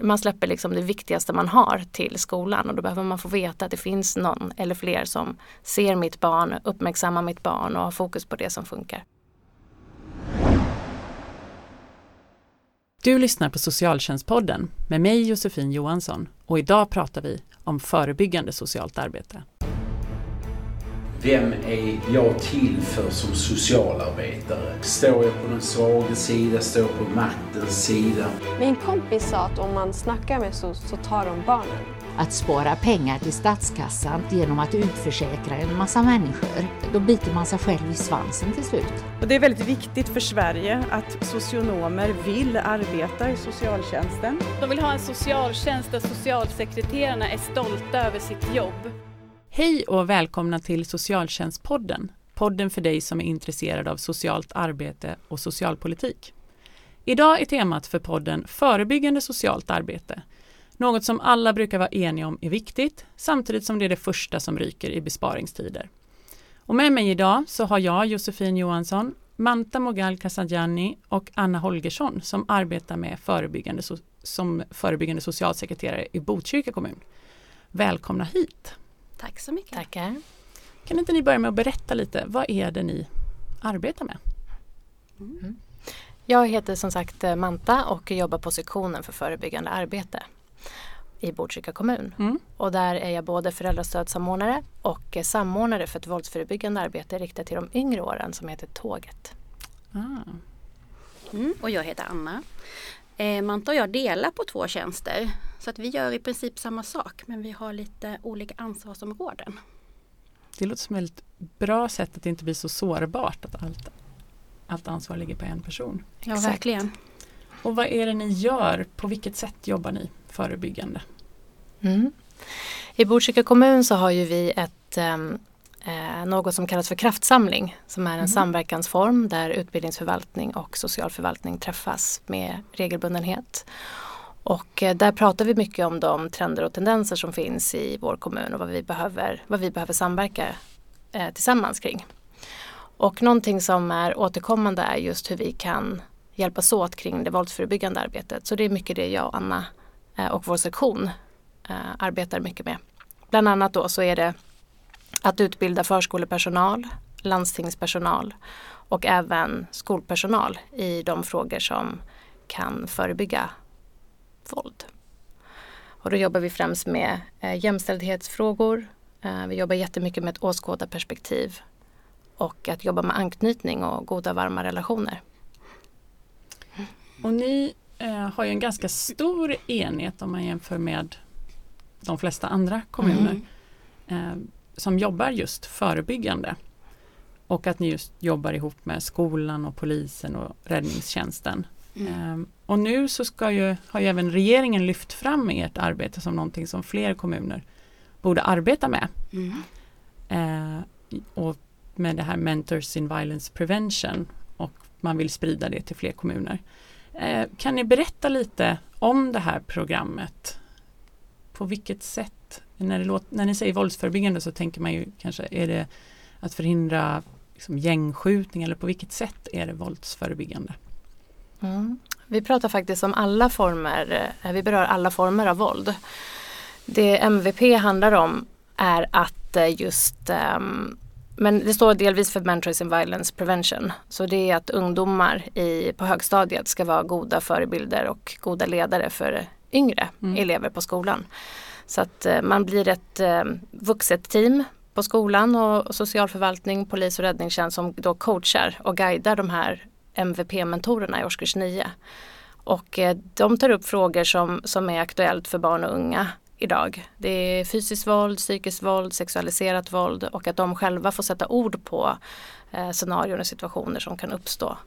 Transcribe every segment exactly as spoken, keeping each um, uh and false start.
man släpper liksom det viktigaste man har till skolan, och då behöver man få veta att det finns någon eller fler som ser mitt barn, uppmärksammar mitt barn och har fokus på det som funkar. Du lyssnar på Socialtjänstpodden med mig Josefin Johansson, och idag pratar vi om förebyggande socialt arbete. Vem är jag till för som socialarbetare? Står jag på den svaga sida, står jag på maktens sida? Min kompis sa att om man snackar med så, så tar de barnen. Att spara pengar till statskassan genom att utförsäkra en massa människor. Då biter man sig själv i svansen till slut. Och det är väldigt viktigt för Sverige att socionomer vill arbeta i socialtjänsten. De vill ha en socialtjänst där socialsekreterarna är stolta över sitt jobb. Hej och välkomna till Socialtjänstpodden. Podden för dig som är intresserad av socialt arbete och socialpolitik. Idag är temat för podden förebyggande socialt arbete. Något som alla brukar vara eniga om är viktigt, samtidigt som det är det första som ryker i besparingstider. Och med mig idag så har jag, Josefin Johansson, Manta Mogal Kasadjani och Anna Holgersson som arbetar med förebyggande, som förebyggande socialsekreterare i Botkyrka kommun. Välkomna hit! Tack så mycket. Tackar. Kan inte ni börja med att berätta lite, vad är det ni arbetar med? Mm. Jag heter som sagt Manta och jobbar på sektionen för förebyggande arbete i Botkyrka kommun. Mm. Och där är jag både föräldrastödssamordnare och samordnare för ett våldsförebyggande arbete riktat till de yngre åren som heter Tåget. Ah. Mm. Och jag heter Anna. Eh, Manta och jag delar på två tjänster, så att vi gör i princip samma sak, men vi har lite olika ansvarsområden. Det låter som ett väldigt bra sätt att det inte blir så sårbart att allt, allt ansvar ligger på en person. Ja, exakt. Verkligen. Och vad är det ni gör? På vilket sätt jobbar ni förebyggande? Mm. I Botkyrka kommun så har ju vi ett eh, något som kallas för kraftsamling, som är en mm. samverkansform där utbildningsförvaltning och socialförvaltning träffas med regelbundenhet. Och eh, där pratar vi mycket om de trender och tendenser som finns i vår kommun och vad vi behöver, vad vi behöver samverka eh, tillsammans kring. Och någonting som är återkommande är just hur vi kan hjälpas åt kring det våldsförebyggande arbetet. Så det är mycket det jag och Anna eh, och vår sektion eh, arbetar mycket med. Bland annat då så är det att utbilda förskolepersonal, landstingspersonal och även skolpersonal i de frågor som kan förebygga våld. Och då jobbar vi främst med eh, jämställdhetsfrågor. Eh, vi jobbar jättemycket med ett åskådarperspektiv och att jobba med anknytning och goda varma relationer. Och ni eh, har ju en ganska stor enhet om man jämför med de flesta andra kommuner mm. eh, som jobbar just förebyggande. Och att ni just jobbar ihop med skolan och polisen och räddningstjänsten. Mm. Eh, och nu så ska ju, har ju även regeringen lyft fram ert arbete som någonting som fler kommuner borde arbeta med. Mm. Eh, och med det här Mentors in Violence Prevention, och man vill sprida det till fler kommuner. Eh, kan ni berätta lite om det här programmet? På vilket sätt, när, det låter, när ni säger våldsförebyggande så tänker man ju kanske, är det att förhindra liksom, gängskjutning, eller på vilket sätt är det våldsförebyggande? Mm. Vi pratar faktiskt om alla former, vi berör alla former av våld. Det M V P handlar om är att just um, men det står delvis för Mentors in Violence Prevention. Så det är att ungdomar i, på högstadiet ska vara goda förebilder och goda ledare för yngre mm. elever på skolan. Så att eh, man blir ett eh, vuxet team på skolan och, och socialförvaltning, polis och räddningstjänst som då coachar och guidar de här M V P-mentorerna i årskurs nio. Och eh, de tar upp frågor som, som är aktuellt för barn och unga idag. Det är fysiskt våld, psykiskt våld, sexualiserat våld, och att de själva får sätta ord på eh, scenarion och situationer som kan uppstå.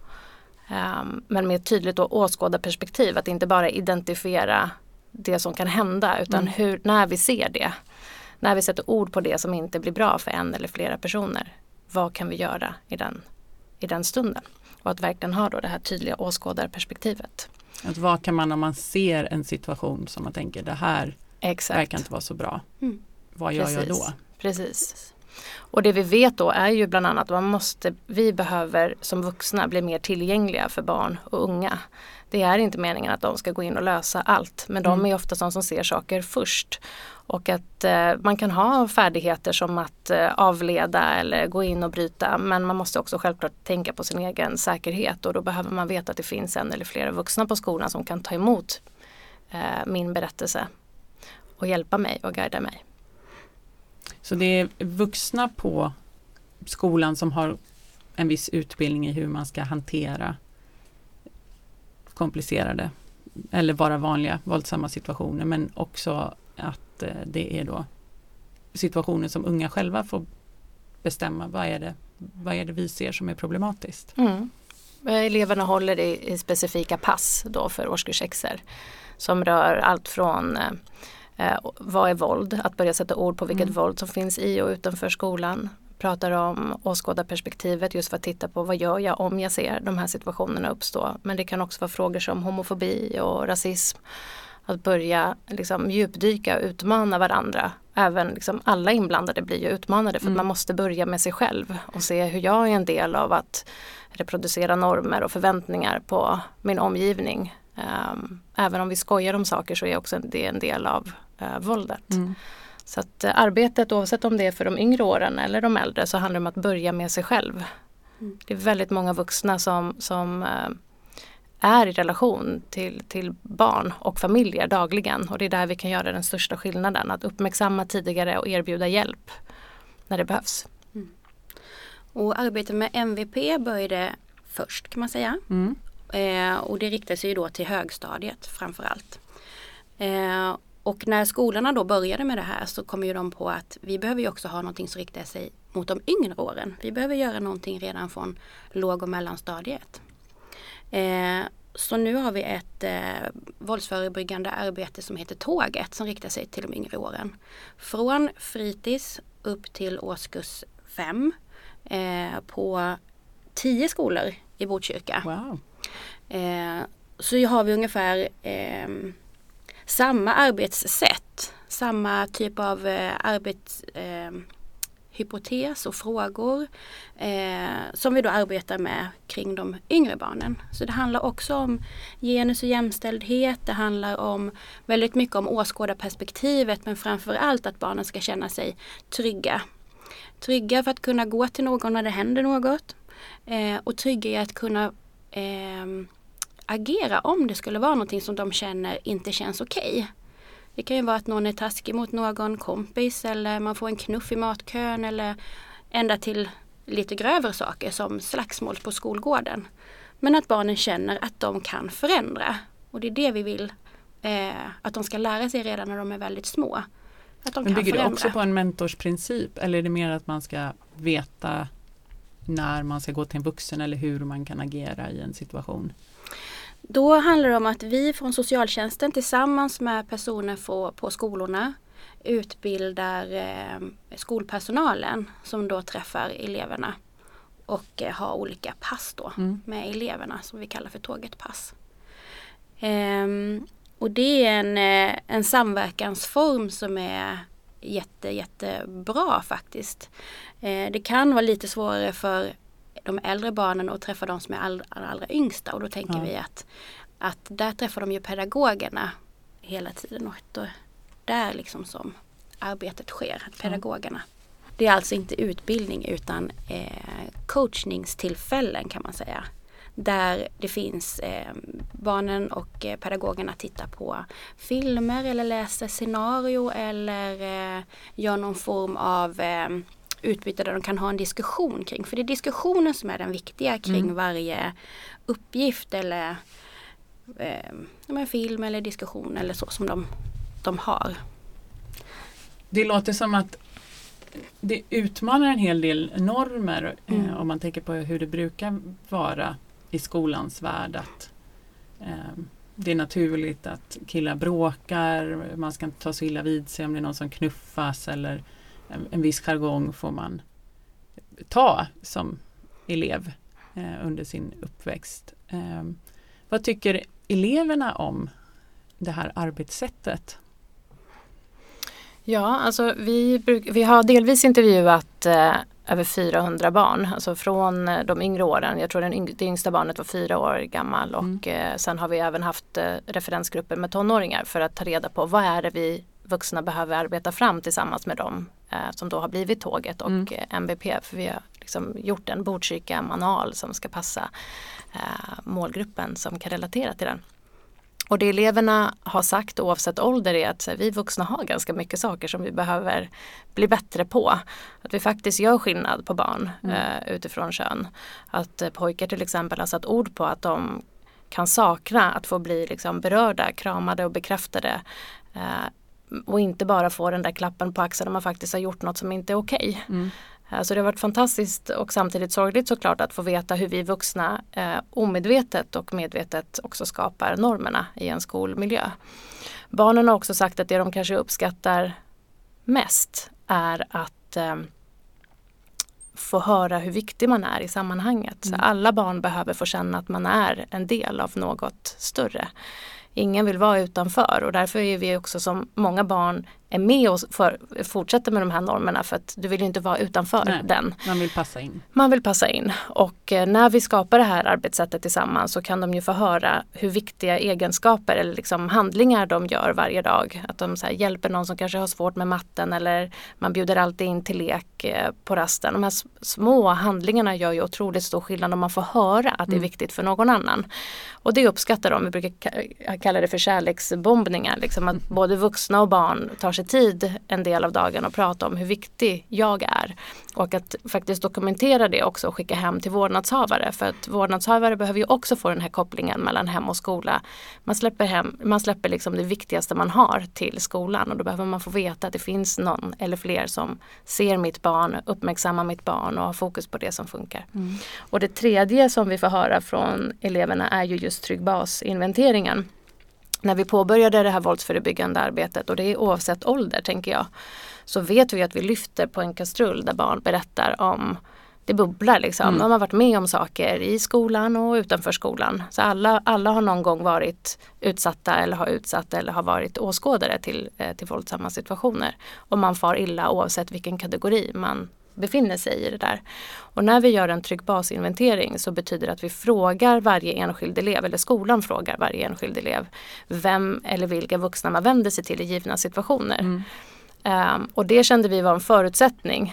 Um, men med ett tydligt då åskådarperspektiv, att inte bara identifiera det som kan hända, utan mm. hur, när vi ser det, när vi sätter ord på det som inte blir bra för en eller flera personer, vad kan vi göra i den, i den stunden? Och att verkligen ha då det här tydliga åskådarperspektivet. Att vad kan man, om man ser en situation som man tänker, det här Exakt. verkar inte vara så bra. Mm. Vad gör Precis. jag då? Precis. Och det vi vet då är ju bland annat att man måste, vi behöver som vuxna bli mer tillgängliga för barn och unga. Det är inte meningen att de ska gå in och lösa allt, men de Mm. är ofta de som ser saker först. Och att eh, man kan ha färdigheter som att eh, avleda eller gå in och bryta, men man måste också självklart tänka på sin egen säkerhet, och då behöver man veta att det finns en eller flera vuxna på skolan som kan ta emot eh, min berättelse och hjälpa mig och guida mig. Så det är vuxna på skolan som har en viss utbildning i hur man ska hantera komplicerade eller bara vanliga våldsamma situationer, men också att eh, det är då situationer som unga själva får bestämma vad är det, vad är det vi ser som är problematiskt. Mm. Eleverna håller i, i specifika pass då för årskurs sexer som rör allt från eh, eh, vad är våld, att börja sätta ord på vilket Mm. våld som finns i och utanför skolan. Pratar om åskådarperspektivet just för att titta på vad gör jag om jag ser de här situationerna uppstå. Men det kan också vara frågor som homofobi och rasism. Att börja liksom djupdyka och utmana varandra. Även liksom alla inblandade blir ju utmanade för Mm. att man måste börja med sig själv och se hur jag är en del av att reproducera normer och förväntningar på min omgivning. Um, även om vi skojar om saker så är också det en del av uh, våldet. Mm. Så att uh, arbetet, oavsett om det är för de yngre åren eller de äldre, så handlar det om att börja med sig själv. Mm. Det är väldigt många vuxna som, som uh, är i relation till, till barn och familjer dagligen, och det är där vi kan göra den största skillnaden, att uppmärksamma tidigare och erbjuda hjälp när det behövs. Mm. Och arbetet med M V P började först, kan man säga. Mm. Eh, och det riktar sig ju då till högstadiet framför allt. Eh, och när skolorna då började med det här så kom ju de på att vi behöver ju också ha någonting som riktar sig mot de yngre åren. Vi behöver göra någonting redan från låg- och mellanstadiet. Eh, så nu har vi ett eh, våldsförebyggande arbete som heter Tåget som riktar sig till de yngre åren. Från fritids upp till årskurs fem eh, på tio skolor i Botkyrka. Wow. Eh, så har vi ungefär eh, samma arbetssätt, samma typ av eh, arbetshypotes eh, och frågor eh, som vi då arbetar med kring de yngre barnen. Så det handlar också om genus och jämställdhet, det handlar om väldigt mycket om åskådarperspektivet, men framför allt att barnen ska känna sig trygga. Trygga för att kunna gå till någon när det händer något eh, och trygga i att kunna eh, agera om det skulle vara någonting som de känner inte känns okej. Det kan ju vara att någon är taskig mot någon kompis, eller man får en knuff i matkön, eller ända till lite grövre saker som slagsmål på skolgården. Men att barnen känner att de kan förändra, och det är det vi vill eh, att de ska lära sig redan när de är väldigt små. Att de Men kan bygger förändra. det också på en mentorsprincip, eller är det mer att man ska veta när man ska gå till en vuxen eller hur man kan agera i en situation? Då handlar det om att vi från socialtjänsten tillsammans med personer på, på skolorna utbildar eh, skolpersonalen som då träffar eleverna och eh, har olika pass då Mm. med eleverna som vi kallar för tågetpass. Ehm, och det är en, eh, en samverkansform som är jätte, jättebra faktiskt. Eh, det kan vara lite svårare för de äldre barnen och träffa de som är allra, allra yngsta, och då tänker Ja. vi att, att där träffar de ju pedagogerna hela tiden, och då, där liksom som arbetet sker, att pedagogerna. Det är alltså inte utbildning utan eh, coachningstillfällen kan man säga. Där det finns eh, barnen och eh, pedagogerna tittar på filmer eller läser scenario eller eh, gör någon form av eh, utbyte där de kan ha en diskussion kring. För det är diskussionen som är den viktiga kring Mm. varje uppgift eller eh, en film eller diskussion eller så som de, de har. Det låter som att det utmanar en hel del normer Mm. eh, om man tänker på hur det brukar vara i skolans värld. Att, eh, det är naturligt att killar bråkar, man ska inte ta så illa vid sig om det är någon som knuffas, eller en, en viss jargong får man ta som elev eh, under sin uppväxt. Eh, vad tycker eleverna om det här arbetssättet? Ja, alltså vi, bruk, vi har delvis intervjuat eh, över fyrahundra barn, alltså från de yngre åren. Jag tror den yng- det yngsta barnet var fyra år gammal och mm. eh, sen har vi även haft eh, referensgrupper med tonåringar för att ta reda på vad är det vi vuxna behöver arbeta fram tillsammans med dem eh, som då har blivit tåget och mm. eh, M V P. För vi har liksom gjort en Botkyrka-manual som ska passa eh, målgruppen som kan relatera till den. Och det eleverna har sagt oavsett ålder är att vi vuxna har ganska mycket saker som vi behöver bli bättre på. Att vi faktiskt gör skillnad på barn mm. eh, utifrån kön. Att eh, pojkar till exempel har satt ord på att de kan sakna att få bli liksom, berörda, kramade och bekräftade. Eh, och inte bara få den där klappen på axeln när man faktiskt har gjort något som inte är okej. Mm. Så det har varit fantastiskt och samtidigt sorgligt såklart att få veta hur vi vuxna eh, omedvetet och medvetet också skapar normerna i en skolmiljö. Barnen har också sagt att det de kanske uppskattar mest är att eh, få höra hur viktig man är i sammanhanget. Mm. Så alla barn behöver få känna att man är en del av något större. Ingen vill vara utanför och därför är vi också som många barn är med och för, fortsätter med de här normerna för att du vill inte vara utanför Nej, den. Man vill passa in. Man vill passa in och eh, när vi skapar det här arbetssättet tillsammans så kan de ju få höra hur viktiga egenskaper eller liksom handlingar de gör varje dag. Att de så här, hjälper någon som kanske har svårt med matten eller man bjuder alltid in till lek eh, på rasten. De här små handlingarna gör ju otroligt stor skillnad om man får höra att det är mm. viktigt för någon annan. Och det uppskattar de. Vi brukar ka- kalla det för kärleksbombningar. Liksom att mm. både vuxna och barn tar sig tid en del av dagen och prata om hur viktig jag är. Och att faktiskt dokumentera det också och skicka hem till vårdnadshavare. För att vårdnadshavare behöver ju också få den här kopplingen mellan hem och skola. Man släpper, hem, man släpper liksom det viktigaste man har till skolan. Och då behöver man få veta att det finns någon eller fler som ser mitt barn, uppmärksammar mitt barn och har fokus på det som funkar. Mm. Och det tredje som vi får höra från eleverna är ju just trygg basinventeringen. När vi påbörjade det här våldsförebyggande arbetet och det är oavsett ålder tänker jag, så vet vi att vi lyfter på en kastrull där barn berättar om, det bubblar liksom, mm. de har varit med om saker i skolan och utanför skolan. Så alla, alla har någon gång varit utsatta eller har utsatt eller har varit åskådare till, eh, till våldsamma situationer. Och man far illa oavsett vilken kategori man befinner sig i det där. Och när vi gör en trygg basinventering så betyder det att vi frågar varje enskild elev, eller skolan frågar varje enskild elev, vem eller vilka vuxna man vänder sig till i givna situationer. Mm. Um, och det kände vi var en förutsättning.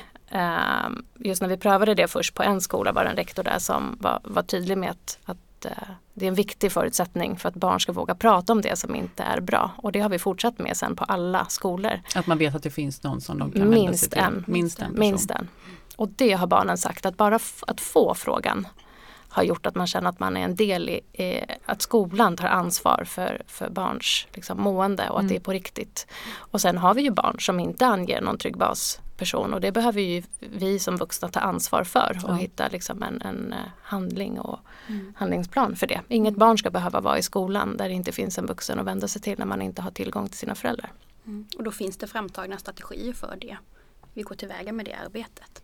Um, just när vi prövade det först på en skola var det en rektor där som var, var tydlig med att, att uh, det är en viktig förutsättning för att barn ska våga prata om det som inte är bra. Och det har vi fortsatt med sen på alla skolor. Att man vet att det finns någon som de kan vända sig till. En, minst en. Minst en. Och det har barnen sagt, att bara f- att få frågan har gjort att man känner att man är en del i, i att skolan tar ansvar för, för barns liksom, mående och att mm. det är på riktigt. Och sen har vi ju barn som inte anger någon trygg basperson och det behöver ju vi som vuxna ta ansvar för och ja. hitta liksom, en, en handling och mm. handlingsplan för det. Inget mm. barn ska behöva vara i skolan där det inte finns en vuxen att vända sig till när man inte har tillgång till sina föräldrar. Mm. Och då finns det framtagna strategier för det. Vi går tillväga med det arbetet.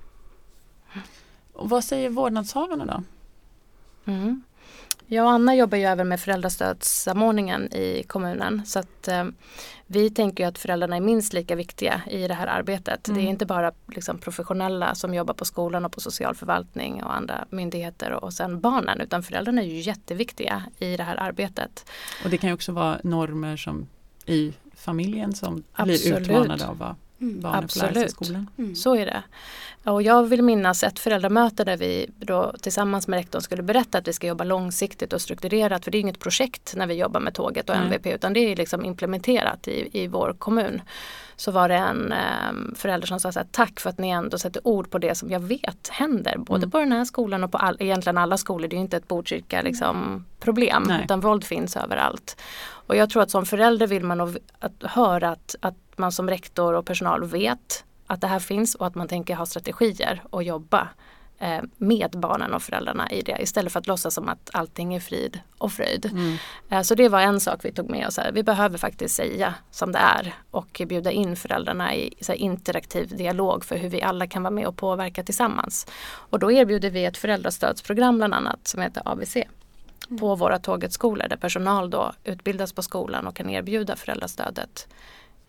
Och vad säger vårdnadshavarna då? Mm. Jag och Anna jobbar ju även med föräldrastödssamordningen i kommunen så att eh, vi tänker ju att föräldrarna är minst lika viktiga i det här arbetet. Mm. Det är inte bara liksom, professionella som jobbar på skolan och på socialförvaltning och andra myndigheter och sen barnen utan föräldrarna är ju jätteviktiga i det här arbetet. Och det kan ju också vara normer som i familjen som Absolut. blir utmanade av vad Mm, barnen absolut. får lära sig i skolan. Mm. Så är det. Och jag vill minnas ett föräldramöte där vi då tillsammans med rektorn skulle berätta att vi ska jobba långsiktigt och strukturerat. För det är inget projekt när vi jobbar med tåget och mm. M V P utan det är liksom implementerat i, i vår kommun. Så var det en um, förälder som sa så här, tack för att ni ändå sätter ord på det som jag vet händer. Både mm. på den här skolan och på all, egentligen alla skolor. Det är ju inte ett Botkyrka liksom, problem Nej. utan våld finns överallt. Och jag tror att som förälder vill man nog att höra att, att man som rektor och personal vet att det här finns och att man tänker ha strategier och jobba eh, med barnen och föräldrarna i det istället för att låtsas som att allting är frid och fröjd. Mm. Eh, så det var en sak vi tog med oss här. Vi behöver faktiskt säga som det är och bjuda in föräldrarna i så här, interaktiv dialog för hur vi alla kan vara med och påverka tillsammans. Och då erbjuder vi ett föräldrastödsprogram bland annat som heter A V C. Mm. På våra tågetskolor där personal då utbildas på skolan och kan erbjuda föräldrastödet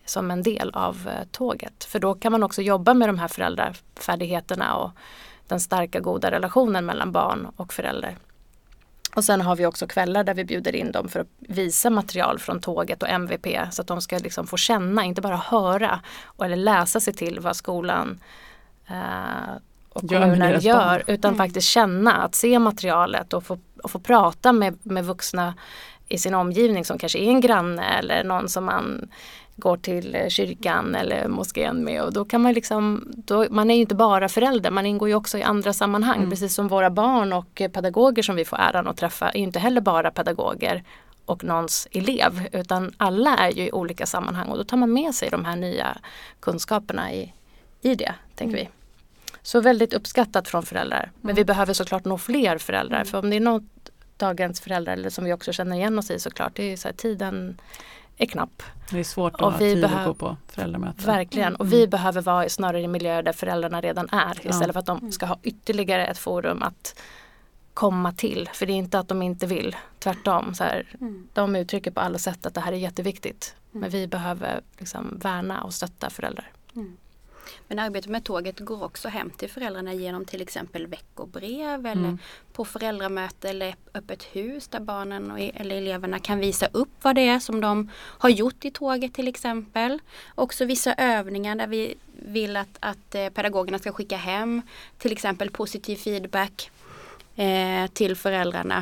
som en del av eh, tåget. För då kan man också jobba med de här föräldrafärdigheterna och den starka goda relationen mellan barn och förälder. Och sen har vi också kvällar där vi bjuder in dem för att visa material från tåget och M V P så att de ska liksom få känna, inte bara höra eller läsa sig till vad skolan eh, och kommunen gör, utan mm. faktiskt känna, att se materialet och få, och få prata med, med vuxna i sin omgivning som kanske är en granne eller någon som man går till kyrkan eller moskén med, och då kan man liksom, då, man är ju inte bara förälder, man ingår ju också i andra sammanhang, mm. precis som våra barn och pedagoger som vi får äran att träffa är ju inte heller bara pedagoger och någons elev, utan alla är ju i olika sammanhang, och då tar man med sig de här nya kunskaperna i, i det, tänker mm. vi. Så väldigt uppskattat från föräldrar, men mm. vi behöver såklart nå fler föräldrar, mm. för om det är något dagens föräldrar, eller som vi också känner igen oss i såklart, det är ju så här, tiden är knapp. Det är svårt att och ha tid att gå på föräldramöten. Verkligen, och vi mm. behöver vara snarare i miljöer där föräldrarna redan är, istället ja. för att de ska ha ytterligare ett forum att komma till. För det är inte att de inte vill, tvärtom. Så här, mm. de uttrycker på alla sätt att det här är jätteviktigt. Mm. Men vi behöver liksom värna och stötta föräldrar. Mm. Men arbetet med tåget går också hem till föräldrarna genom till exempel veckobrev eller mm. på föräldramöte eller öppet hus där barnen och, eller eleverna kan visa upp vad det är som de har gjort i tåget till exempel. Också vissa övningar där vi vill att, att pedagogerna ska skicka hem till exempel positiv feedback eh, till föräldrarna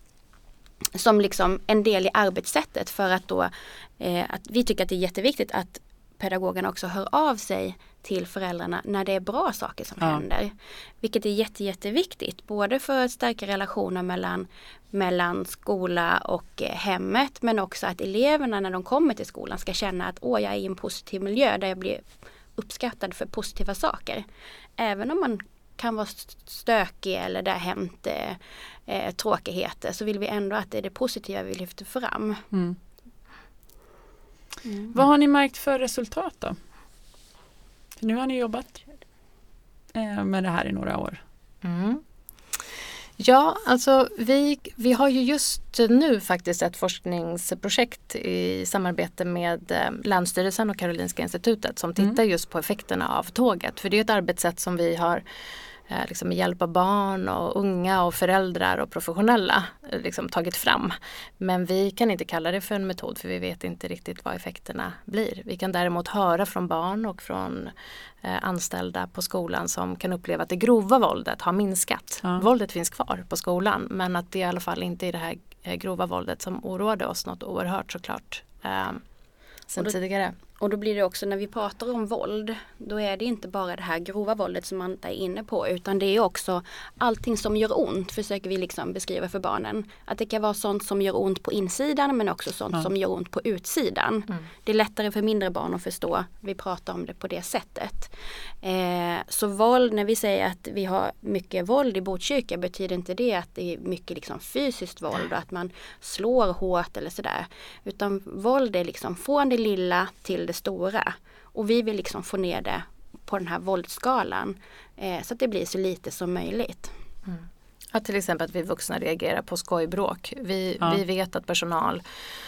som liksom en del i arbetssättet, för att då eh, att vi tycker att det är jätteviktigt att pedagogerna också hör av sig till föräldrarna när det är bra saker som ja. händer. Vilket är jätte, jätteviktigt. Både för att stärka relationer mellan, mellan skola och eh, hemmet. Men också att eleverna när de kommer till skolan ska känna att åh, jag är i en positiv miljö där jag blir uppskattad för positiva saker. Även om man kan vara stökig eller det har hänt eh, tråkigheter, så vill vi ändå att det är det positiva vi lyfter fram. Mm. Mm. Vad har ni märkt för resultat då? För nu har ni jobbat eh, med det här i några år. Mm. Ja, alltså vi, vi har ju just nu faktiskt ett forskningsprojekt i samarbete med eh, Länsstyrelsen och Karolinska institutet som tittar mm. just på effekterna av tåget. För det är ett arbetssätt som vi har eh, liksom med hjälp av barn och unga och föräldrar och professionella eh, liksom tagit fram. Men vi kan inte kalla det för en metod, för vi vet inte riktigt vad effekterna blir. Vi kan däremot höra från barn och från eh, anställda på skolan som kan uppleva att det grova våldet har minskat. Ja. Våldet finns kvar på skolan, men att det i alla fall inte är det här eh, grova våldet som oroade oss något oerhört såklart eh, sen då, tidigare. Och då blir det också, när vi pratar om våld, då är det inte bara det här grova våldet som man är inne på, utan det är också allting som gör ont, försöker vi liksom beskriva för barnen. Att det kan vara sånt som gör ont på insidan, men också sånt ja. som gör ont på utsidan. Mm. Det är lättare för mindre barn att förstå, vi pratar om det på det sättet. Eh, så våld, när vi säger att vi har mycket våld i Botkyrka, betyder inte det att det är mycket liksom fysiskt våld och att man slår hårt eller sådär. Utan våld är liksom från det lilla till det stora. Och vi vill liksom få ner det på den här våldsskalan eh, så att det blir så lite som möjligt. Mm. Att till exempel att vi vuxna reagerar på skojbråk. Vi, ja. vi vet att personal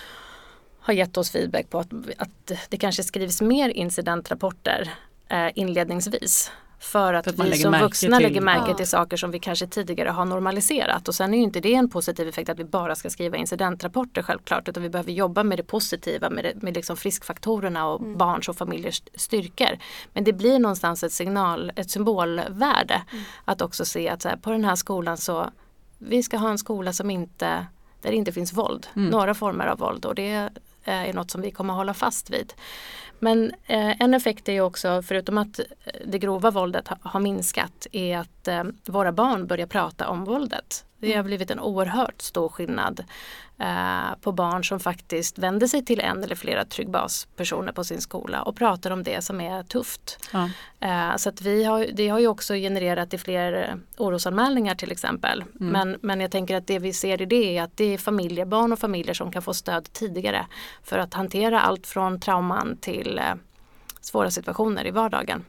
har gett oss feedback på att, att det kanske skrivs mer incidentrapporter eh, inledningsvis. För att, för att vi som vuxna till, lägger märke ja. till saker som vi kanske tidigare har normaliserat. Och sen är ju inte det en positiv effekt att vi bara ska skriva incidentrapporter självklart. Utan vi behöver jobba med det positiva, med, det, med liksom friskfaktorerna och mm. barns och familjers styrkor. Men det blir någonstans ett signal, ett symbolvärde. Mm. Att också se att så här, på den här skolan så, vi ska ha en skola som inte, där det inte finns våld. Mm. Några former av våld, och det är något som vi kommer att hålla fast vid. Men eh, en effekt är ju också, förutom att det grova våldet ha, har minskat, är att eh, våra barn börjar prata om våldet. Det har blivit en oerhört stor skillnad eh, på barn som faktiskt vänder sig till en eller flera tryggbaspersoner på sin skola och pratar om det som är tufft. Ja. Eh, så att vi har, det har ju också genererat i fler orosanmälningar till exempel. Mm. Men, men jag tänker att det vi ser i det är att det är familjer, barn och familjer som kan få stöd tidigare för att hantera allt från trauman till eh, svåra situationer i vardagen.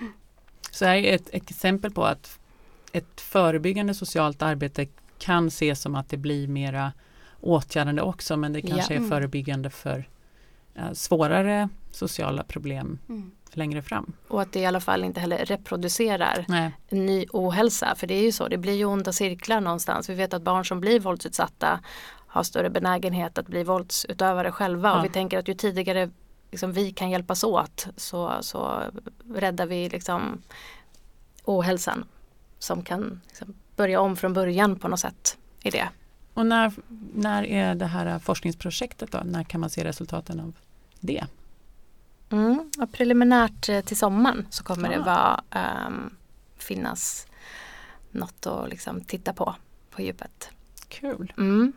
Så här är ett, ett exempel på att ett förebyggande socialt arbete kan ses som att det blir mera åtgärdande också, men det kanske ja. är förebyggande för eh, svårare sociala problem Mm. längre fram. Och att det i alla fall inte heller reproducerar Nej. en ny ohälsa. För det är ju så, det blir ju onda cirklar någonstans. Vi vet att barn som blir våldsutsatta har större benägenhet att bli våldsutövare själva. Ja. Och vi tänker att ju tidigare liksom, vi kan hjälpas åt så, så räddar vi liksom, ohälsan som kan liksom, börja om från början på något sätt i det. Och när, när är det här forskningsprojektet då? När kan man se resultaten av det? Mm, och preliminärt eh, till sommaren så kommer Ja. det vara, um, finnas något att liksom, titta på på djupet. Kul. Mm.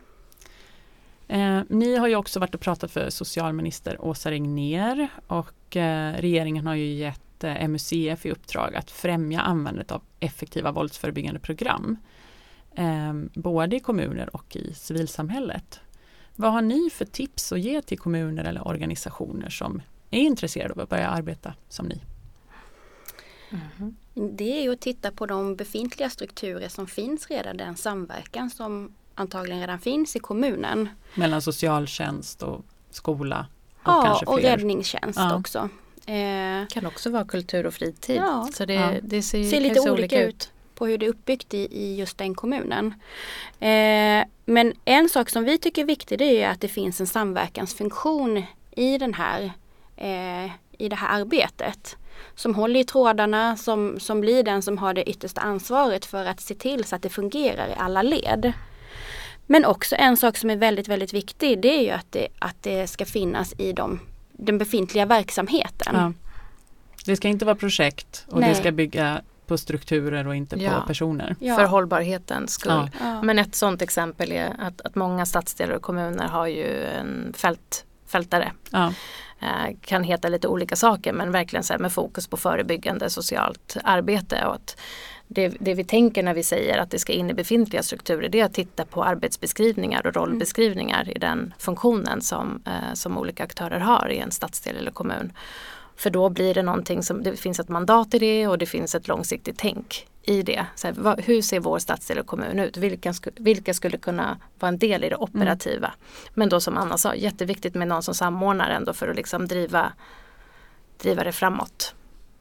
Eh, ni har ju också varit och pratat för socialminister Åsa Regnér och eh, regeringen har ju gett eh, M U C F i uppdrag att främja användandet av effektiva våldsförebyggande program. Eh, både i kommuner och i civilsamhället. Vad har ni för tips att ge till kommuner eller organisationer som är intresserade av att börja arbeta som ni? Mm. Det är ju att titta på de befintliga strukturer som finns redan, den samverkan som antagligen redan finns i kommunen. Mellan socialtjänst och skola och Ja, kanske fler. och räddningstjänst Ja. också. Eh, Kan också vara kultur och fritid. Ja. Så det, Ja. det ser, ser kan lite se olika ut på hur det är uppbyggt i, i just den kommunen. Eh, men en sak som vi tycker är viktig, det är ju att det finns en samverkansfunktion i den här eh, i det här arbetet. Som håller i trådarna, som, som blir den som har det yttersta ansvaret för att se till så att det fungerar i alla led. Men också en sak som är väldigt, väldigt viktig, det är ju att det, att det ska finnas i de, den befintliga verksamheten. Ja. Det ska inte vara projekt och Nej. det ska bygga på strukturer och inte Ja. på personer. Ja. För hållbarhetens skull. Ja. Ja. Men ett sådant exempel är att, att många stadsdelar och kommuner har ju en fält, fältare. Ja. Eh, kan heta lite olika saker men verkligen så här med fokus på förebyggande socialt arbete. Och att det, det vi tänker när vi säger att det ska in i befintliga strukturer, det är att titta på arbetsbeskrivningar och rollbeskrivningar mm. i den funktionen som, eh, som olika aktörer har i en stadsdel eller kommun. För då blir det någonting som, det finns ett mandat i det och det finns ett långsiktigt tänk i det. Så här, vad, hur ser vår stadsdel och kommun ut? Vilka, sku, vilka skulle kunna vara en del i det operativa? Mm. Men då som Anna sa, jätteviktigt med någon som samordnar ändå för att liksom driva, driva det framåt.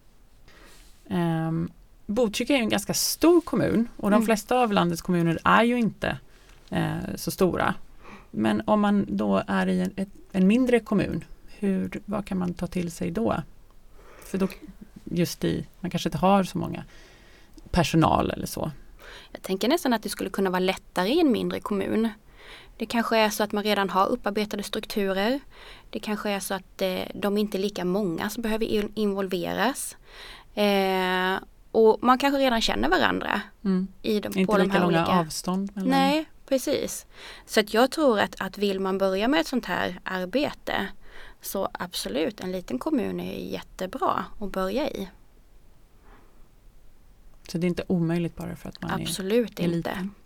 Um, Botkyrka är ju en ganska stor kommun och de Mm. flesta av landets kommuner är ju inte eh, så stora. Men om man då är i en, ett, en mindre kommun, hur, vad kan man ta till sig då? För då just i, man kanske inte har så många personal eller så. Jag tänker nästan att det skulle kunna vara lättare i en mindre kommun. Det kanske är så att man redan har upparbetade strukturer. Det kanske är så att eh, de inte är lika många som behöver in- involveras. Eh, och man kanske redan känner varandra. Mm. I de, Inte på de lika här långa olika... avstånd. Mellan... Nej, precis. Så att jag tror att, att vill man börja med ett sånt här arbete så absolut, en liten kommun är jättebra att börja i. Så det är inte omöjligt bara för att man absolut är, är inte. liten.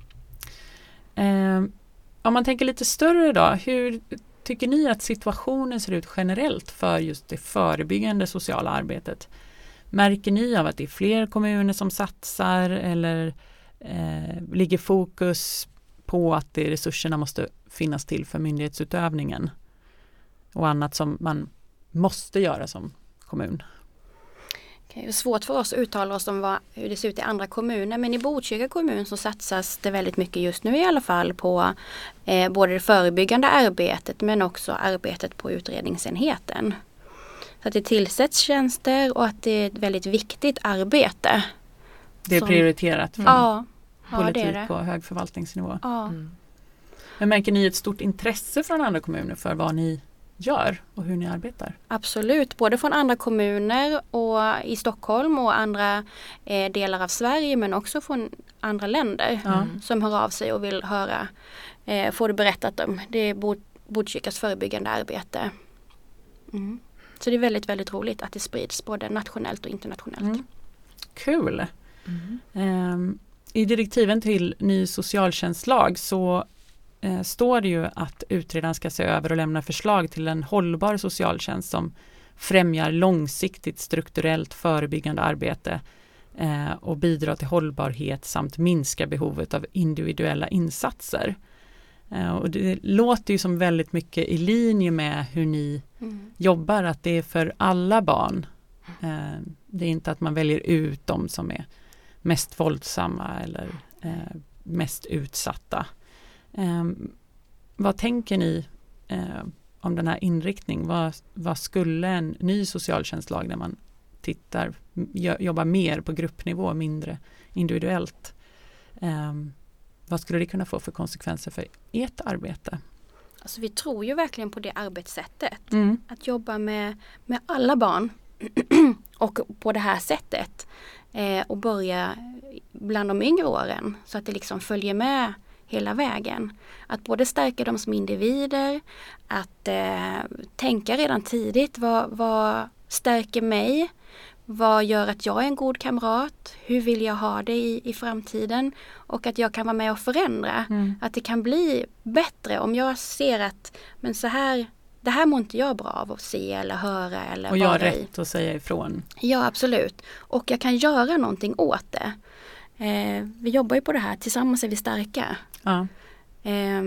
Eh, om man tänker lite större då, hur tycker ni att situationen ser ut generellt för just det förebyggande sociala arbetet? Märker ni av att det är fler kommuner som satsar eller eh, ligger fokus på att det resurserna måste finnas till för myndighetsutövningen och annat som man måste göra som kommun? Det är svårt för oss att uttala oss om vad, hur det ser ut i andra kommuner, men i Botkyrka kommun så satsas det väldigt mycket just nu i alla fall på eh, både det förebyggande arbetet men också arbetet på utredningsenheten. Så att det tillsätts tjänster och att det är ett väldigt viktigt arbete. Det är som, prioriterat från ja, politik ja, det är det. på hög förvaltningsnivå. Ja. Mm. Men märker ni ett stort intresse från andra kommuner för vad ni gör och hur ni arbetar? Absolut, både från andra kommuner och i Stockholm och andra eh, delar av Sverige men också från andra länder Mm. som hör av sig och vill höra, eh, få det berättat om. Det är Bod- Botkyrkas förebyggande arbete. Mm. Så det är väldigt, väldigt roligt att det sprids både nationellt och internationellt. Mm. Kul! Mm. Um, I direktiven till ny socialtjänstlag så eh, står det ju att utredaren ska se över och lämna förslag till en hållbar socialtjänst som främjar långsiktigt strukturellt förebyggande arbete eh, och bidrar till hållbarhet samt minska behovet av individuella insatser. Eh, och det låter ju som väldigt mycket i linje med hur ni mm. jobbar, att det är för alla barn. Eh, det är inte att man väljer ut de som är mest våldsamma eller eh, mest utsatta. Eh, vad tänker ni eh, om den här inriktningen? Vad, vad skulle en ny socialtjänstlag när man tittar, jobbar mer på gruppnivå, mindre individuellt. Eh, vad skulle det kunna få för konsekvenser för ert arbete? Alltså vi tror ju verkligen på det arbetssättet. Mm. Att jobba med, med alla barn och på det här sättet. Eh, och börja bland de yngre åren så att det liksom följer med hela vägen. Att både stärka dem som individer, att eh, tänka redan tidigt vad, vad stärker mig, vad gör att jag är en god kamrat, hur vill jag ha det i, i framtiden och att jag kan vara med och förändra. Mm. Att det kan bli bättre om jag ser att men så här, det här mår inte jag bra av att se eller höra eller och jag har vara i. rätt att säga ifrån. Ja, absolut. Och jag kan göra någonting åt det. Eh, vi jobbar ju på det här, tillsammans är vi starka. Ja. Eh,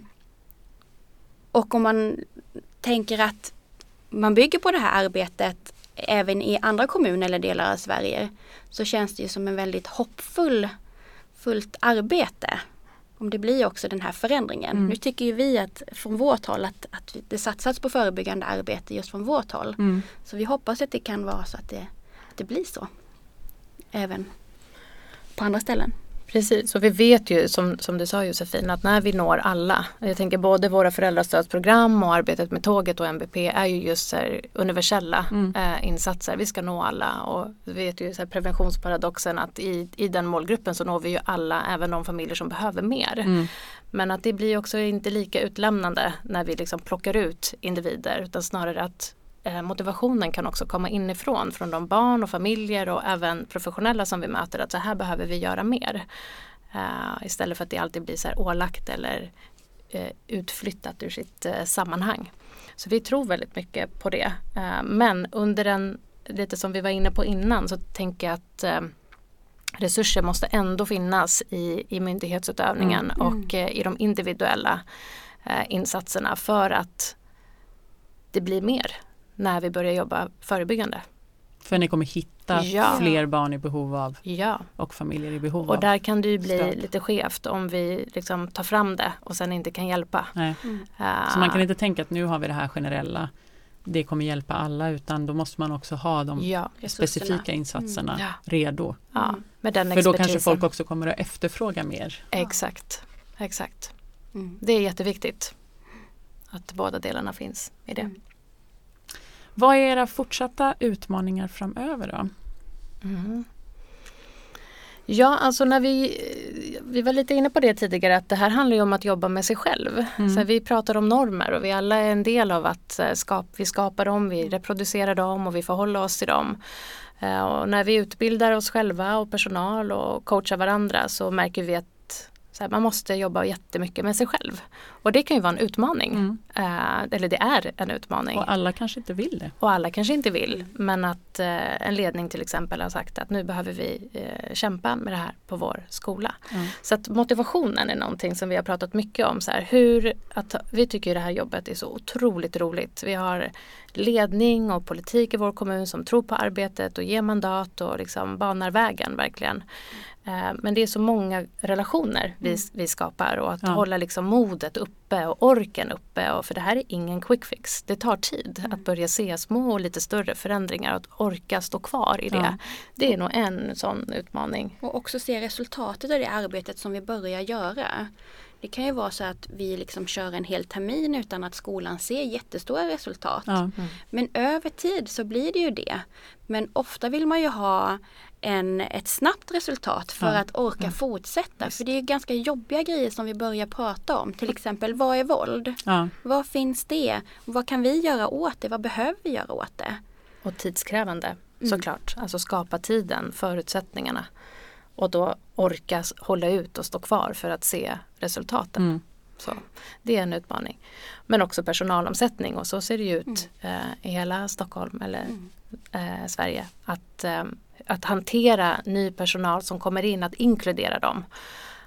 och om man tänker att man bygger på det här arbetet även i andra kommuner eller delar av Sverige, så känns det ju som en väldigt hoppfull fullt arbete. Om det blir också den här förändringen. Mm. Nu tycker ju vi att från vårt håll att, att det satsas på förebyggande arbete just från vårt håll. Mm. Så vi hoppas att det kan vara så att det, att det blir så. Även på andra ställen. Precis, och vi vet ju som, som du sa Josefin att när vi når alla, jag tänker både våra föräldrastödsprogram och arbetet med tåget och M V P är ju just så här universella mm. eh, insatser. Vi ska nå alla och vi vet ju så här preventionsparadoxen att i, i den målgruppen så når vi ju alla, även de familjer som behöver mer. Mm. Men att det blir också inte lika utlämnande när vi liksom plockar ut individer utan snarare att motivationen kan också komma inifrån från de barn och familjer och även professionella som vi möter att så här behöver vi göra mer. Uh, istället för att det alltid blir så här ålagt eller uh, utflyttat ur sitt uh, sammanhang. Så vi tror väldigt mycket på det. Uh, men under en, lite som vi var inne på innan så tänker jag att uh, resurser måste ändå finnas i, i myndighetsutövningen mm. och uh, i de individuella uh, insatserna för att det blir mer när vi börjar jobba förebyggande. För ni kommer hitta ja. fler barn i behov av ja. och familjer i behov och av. Och där kan det ju bli stöd. Lite skevt om vi liksom tar fram det och sen inte kan hjälpa. Nej. Mm. Uh, Så man kan inte tänka att nu har vi det här generella, det kommer hjälpa alla, utan då måste man också ha de ja. specifika insatserna mm. ja. redo. Ja. Med den För då kanske folk också kommer att efterfråga mer. Exakt, exakt. Mm. Det är jätteviktigt att båda delarna finns i det. Mm. Vad är era fortsatta utmaningar framöver då? Mm. Ja, alltså när vi, vi var lite inne på det tidigare att det här handlar ju om att jobba med sig själv. Mm. Så vi pratar om normer och vi alla är en del av att skap, vi skapar dem, vi reproducerar dem och vi förhåller oss till dem. Och när vi utbildar oss själva och personal och coachar varandra så märker vi att så här, man måste jobba jättemycket med sig själv. Och det kan ju vara en utmaning. Mm. Uh, eller det är en utmaning. Och alla kanske inte vill det. Och alla kanske inte vill. Men att uh, en ledning till exempel har sagt att nu behöver vi uh, kämpa med det här på vår skola. Mm. Så att motivationen är någonting som vi har pratat mycket om. Så här, hur att, vi tycker ju det här jobbet är så otroligt roligt. Vi har ledning och politik i vår kommun som tror på arbetet och ger mandat och liksom banar vägen verkligen. Men det är så många relationer vi, vi skapar och att ja. hålla liksom modet uppe och orken uppe. Och för det här är ingen quick fix. Det tar tid mm. att börja se små och lite större förändringar och att orka stå kvar i det. Ja. Det är nog en sån utmaning. Och också se resultatet av det arbetet som vi börjar göra. Det kan ju vara så att vi liksom kör en hel termin utan att skolan ser jättestora resultat. Ja. Mm. Men över tid så blir det ju det. Men ofta vill man ju ha en, ett snabbt resultat för ja. att orka ja. fortsätta. Just. För det är ju ganska jobbiga grejer som vi börjar prata om. Till exempel, vad är våld? Ja. Vad finns det? Vad kan vi göra åt det? Vad behöver vi göra åt det? Och tidskrävande mm. såklart. Alltså skapa tiden, förutsättningarna. Och då orka hålla ut och stå kvar för att se resultaten. Mm. Så, det är en utmaning. Men också personalomsättning och så ser det ut mm. eh, i hela Stockholm eller mm. eh, Sverige. Att, eh, att hantera ny personal som kommer in, att inkludera dem.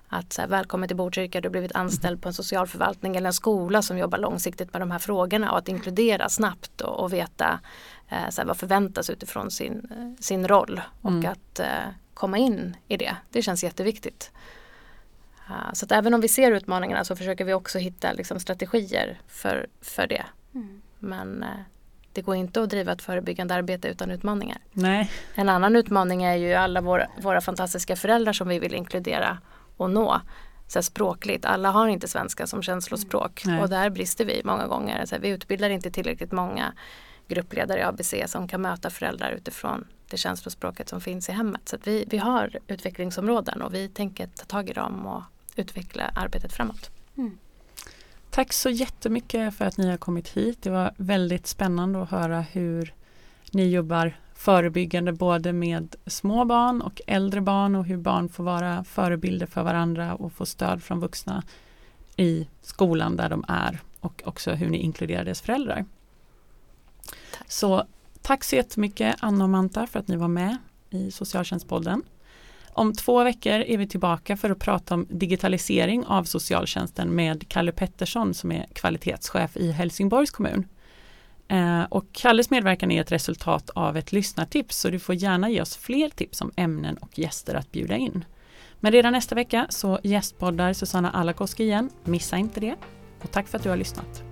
Att så här, välkommen till Botkyrka, du har blivit anställd på en socialförvaltning eller en skola som jobbar långsiktigt med de här frågorna, och att inkludera snabbt och, och veta eh, så här, vad förväntas utifrån sin, sin roll och mm. att eh, komma in i det. Det känns jätteviktigt. Uh, så att även om vi ser utmaningarna så försöker vi också hitta liksom, strategier för, för det. Mm. Men uh, det går inte att driva ett förebyggande arbete utan utmaningar. Nej. En annan utmaning är ju alla våra, våra fantastiska föräldrar som vi vill inkludera och nå. Så här, språkligt, alla har inte svenska som känslospråk mm. och där brister vi många gånger. Så här, vi utbildar inte tillräckligt många gruppledare i A B C som kan möta föräldrar utifrån det känslospråket som finns i hemmet. Så att vi, vi har utvecklingsområden och vi tänker ta tag i dem och utveckla arbetet framåt. Mm. Tack så jättemycket för att ni har kommit hit. Det var väldigt spännande att höra hur ni jobbar förebyggande både med små barn och äldre barn och hur barn får vara förebilder för varandra och få stöd från vuxna i skolan där de är, och också hur ni inkluderar deras föräldrar. Tack. Så tack så jättemycket Anna och Manta för att ni var med i Socialtjänstpodden. Om två veckor är vi tillbaka för att prata om digitalisering av socialtjänsten med Kalle Pettersson som är kvalitetschef i Helsingborgs kommun. Eh, och Kalles medverkan är ett resultat av ett lyssnartips, så du får gärna ge oss fler tips om ämnen och gäster att bjuda in. Men redan nästa vecka så gästpoddar Susanna Alakoski igen. Missa inte det. Och tack för att du har lyssnat.